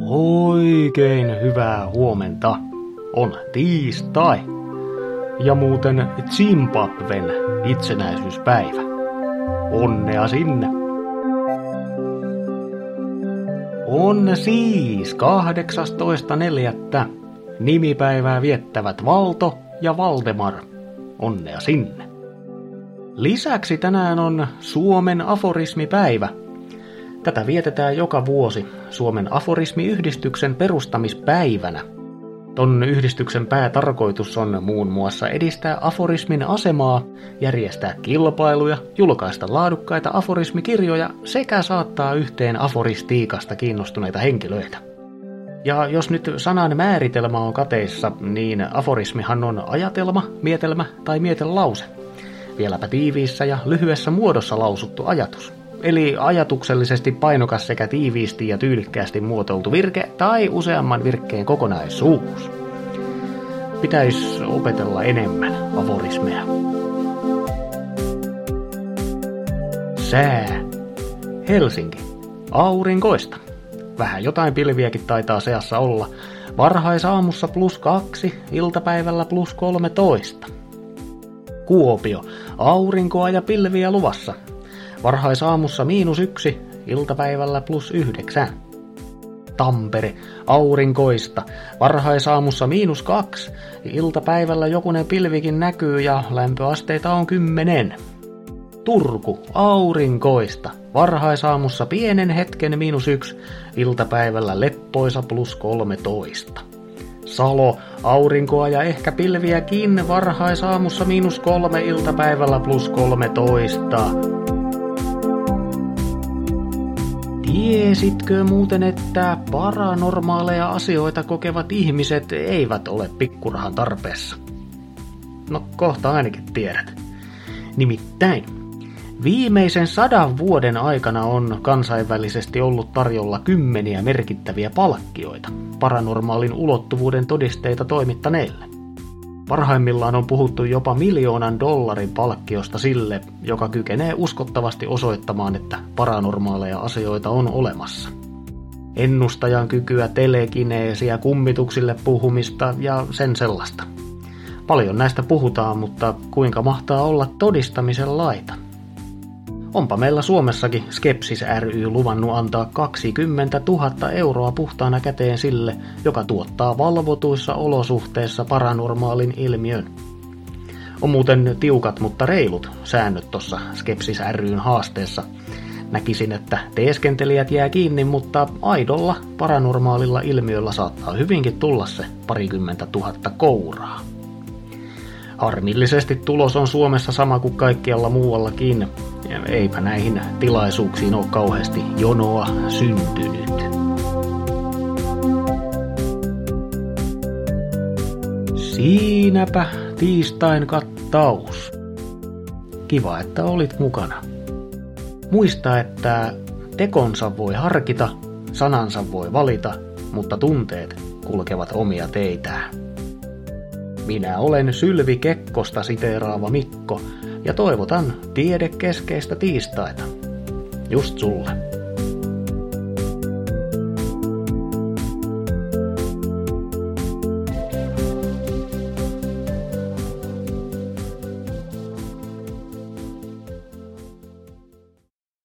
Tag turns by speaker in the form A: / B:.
A: Oikein hyvää huomenta. On tiistai. Ja muuten Zimbabwen itsenäisyyspäivä. Onnea sinne. On siis 18.4. Nimipäivää viettävät Valto ja Valdemar. Onnea sinne. Lisäksi tänään on Suomen aforismipäivä. Tätä vietetään joka vuosi Suomen aforismiyhdistyksen perustamispäivänä. Ton yhdistyksen päätarkoitus on muun muassa edistää aforismin asemaa, järjestää kilpailuja, julkaista laadukkaita aforismikirjoja sekä saattaa yhteen aforistiikasta kiinnostuneita henkilöitä. Ja jos nyt sanan määritelmä on kateissa, niin aforismihan on ajatelma, mietelmä tai mietelause. Vieläpä tiiviissä ja lyhyessä muodossa lausuttu ajatus. Eli ajatuksellisesti painokas sekä tiiviisti ja tyylikkäästi muotoiltu virke tai useamman virkkeen kokonaisuus. Pitäisi opetella enemmän aforismeja. Sää. Helsinki. Aurinkoista. Vähän jotain pilviäkin taitaa seassa olla. Varhaisaamussa +2, iltapäivällä +13. Kuopio. Aurinkoa ja pilviä luvassa. Varhaisaamussa -1, iltapäivällä +9. Tampere, aurinkoista. Varhaisaamussa -2, iltapäivällä jokunen pilvikin näkyy ja lämpöasteita on 10. Turku, aurinkoista. Varhaisaamussa pienen hetken -1, iltapäivällä leppoisa +13. Salo, aurinkoa ja ehkä pilviäkin. Varhaisaamussa -3, iltapäivällä +13. Tiesitkö muuten, että paranormaaleja asioita kokevat ihmiset eivät ole pikkurahan tarpeessa? No kohta ainakin tiedät. Nimittäin, viimeisen 100 vuoden aikana on kansainvälisesti ollut tarjolla kymmeniä merkittäviä palkkioita paranormaalin ulottuvuuden todisteita toimittaneille. Parhaimmillaan on puhuttu jopa $1 miljoonan palkkiosta sille, joka kykenee uskottavasti osoittamaan, että paranormaaleja asioita on olemassa. Ennustajan kykyä, telekineesiä, kummituksille puhumista ja sen sellaista. Paljon näistä puhutaan, mutta kuinka mahtaa olla todistamisen laita? Onpa meillä Suomessakin Skepsis ry luvannut antaa 20 000 euroa puhtaana käteen sille, joka tuottaa valvotuissa olosuhteissa paranormaalin ilmiön. On muuten tiukat, mutta reilut säännöt tuossa Skepsis ryn haasteessa. Näkisin, että teeskentelijät jää kiinni, mutta aidolla paranormaalilla ilmiöllä saattaa hyvinkin tulla se 20 000 kouraa. Harmillisesti tulos on Suomessa sama kuin kaikkialla muuallakin. Eipä näihin tilaisuuksiin ole kauheasti jonoa syntynyt. Siinäpä tiistain kattaus. Kiva, että olit mukana. Muista, että tekonsa voi harkita, sanansa voi valita, mutta tunteet kulkevat omia teitään. Minä olen Sylvi Kekkosta siteeraava Mikko ja toivotan tiedekeskeistä tiistaita. Just sulle.